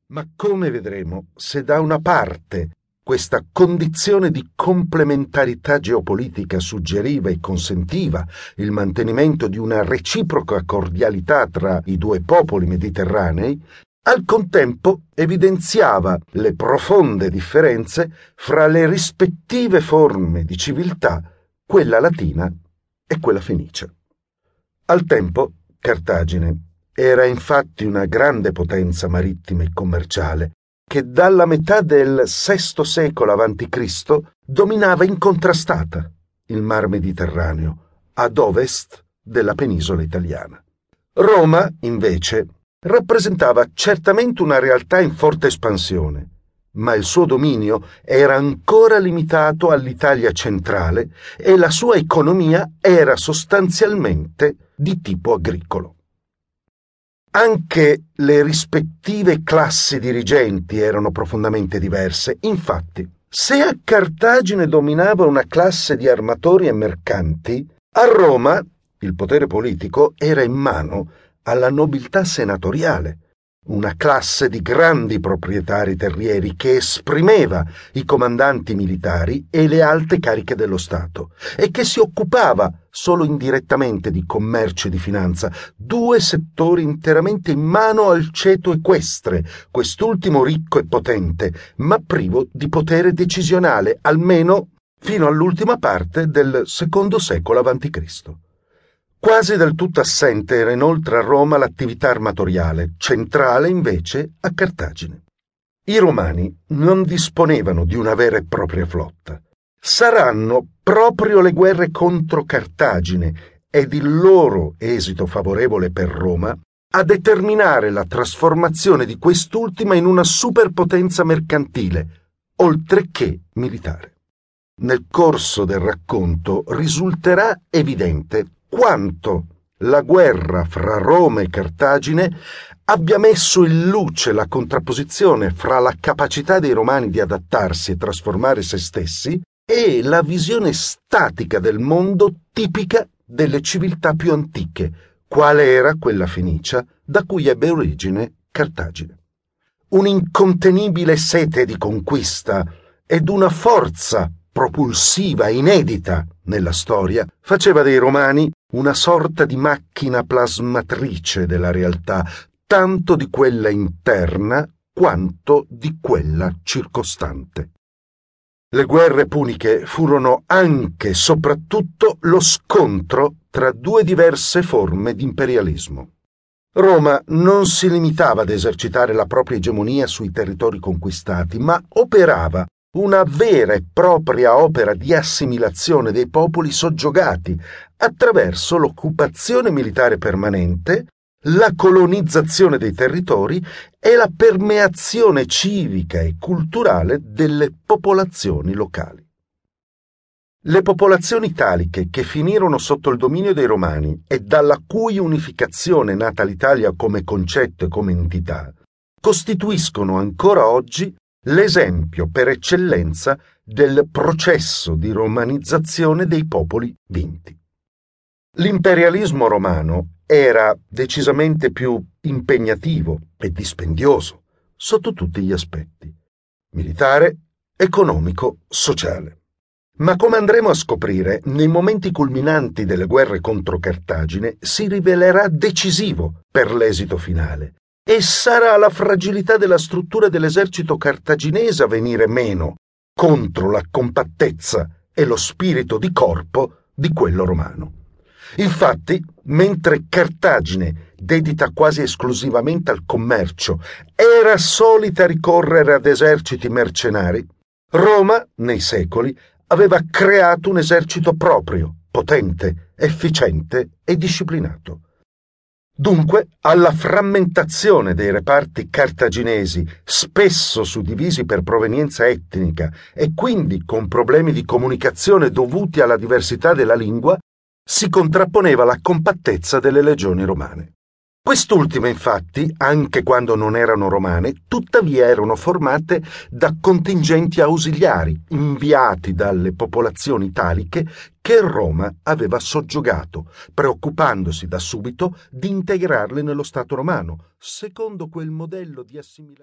Ma come vedremo, se da una parte questa condizione di complementarità geopolitica suggeriva e consentiva il mantenimento di una reciproca cordialità tra i due popoli mediterranei, al contempo evidenziava le profonde differenze fra le rispettive forme di civiltà, quella latina e quella fenicia. Al tempo, Cartagine era infatti una grande potenza marittima e commerciale che dalla metà del VI secolo a.C. dominava incontrastata il mar Mediterraneo ad ovest della penisola italiana. Roma, invece, rappresentava certamente una realtà in forte espansione, ma il suo dominio era ancora limitato all'Italia centrale e la sua economia era sostanzialmente di tipo agricolo. Anche le rispettive classi dirigenti erano profondamente diverse. Infatti, se a Cartagine dominava una classe di armatori e mercanti, a Roma il potere politico era in mano alla nobiltà senatoriale, una classe di grandi proprietari terrieri che esprimeva i comandanti militari e le alte cariche dello Stato e che si occupava solo indirettamente di commercio e di finanza, due settori interamente in mano al ceto equestre, quest'ultimo ricco e potente, ma privo di potere decisionale, almeno fino all'ultima parte del II secolo a.C. Quasi del tutto assente era inoltre a Roma l'attività armatoriale, centrale invece a Cartagine. I romani non disponevano di una vera e propria flotta. Saranno proprio le guerre contro Cartagine ed il loro esito favorevole per Roma a determinare la trasformazione di quest'ultima in una superpotenza mercantile, oltre che militare. Nel corso del racconto risulterà evidente quanto la guerra fra Roma e Cartagine abbia messo in luce la contrapposizione fra la capacità dei romani di adattarsi e trasformare se stessi e la visione statica del mondo tipica delle civiltà più antiche, quale era quella fenicia da cui ebbe origine Cartagine. Un'incontenibile sete di conquista ed una forza propulsiva inedita nella storia faceva dei romani una sorta di macchina plasmatrice della realtà, tanto di quella interna quanto di quella circostante. Le guerre puniche furono anche e soprattutto lo scontro tra due diverse forme di imperialismo. Roma non si limitava ad esercitare la propria egemonia sui territori conquistati, ma operava una vera e propria opera di assimilazione dei popoli soggiogati attraverso l'occupazione militare permanente, la colonizzazione dei territori e la permeazione civica e culturale delle popolazioni locali. Le popolazioni italiche che finirono sotto il dominio dei Romani e dalla cui unificazione è nata l'Italia come concetto e come entità, costituiscono ancora oggi l'esempio per eccellenza del processo di romanizzazione dei popoli vinti. L'imperialismo romano era decisamente più impegnativo e dispendioso sotto tutti gli aspetti: militare, economico, sociale. Ma come andremo a scoprire, nei momenti culminanti delle guerre contro Cartagine si rivelerà decisivo per l'esito finale e sarà la fragilità della struttura dell'esercito cartaginese a venire meno contro la compattezza e lo spirito di corpo di quello romano. Infatti, mentre Cartagine, dedita quasi esclusivamente al commercio, era solita ricorrere ad eserciti mercenari, Roma, nei secoli, aveva creato un esercito proprio, potente, efficiente e disciplinato. Dunque, alla frammentazione dei reparti cartaginesi, spesso suddivisi per provenienza etnica e quindi con problemi di comunicazione dovuti alla diversità della lingua, si contrapponeva la compattezza delle legioni romane. Quest'ultime, infatti, anche quando non erano romane, tuttavia erano formate da contingenti ausiliari inviati dalle popolazioni italiche che Roma aveva soggiogato, preoccupandosi da subito di integrarle nello Stato romano, secondo quel modello di assimilazione.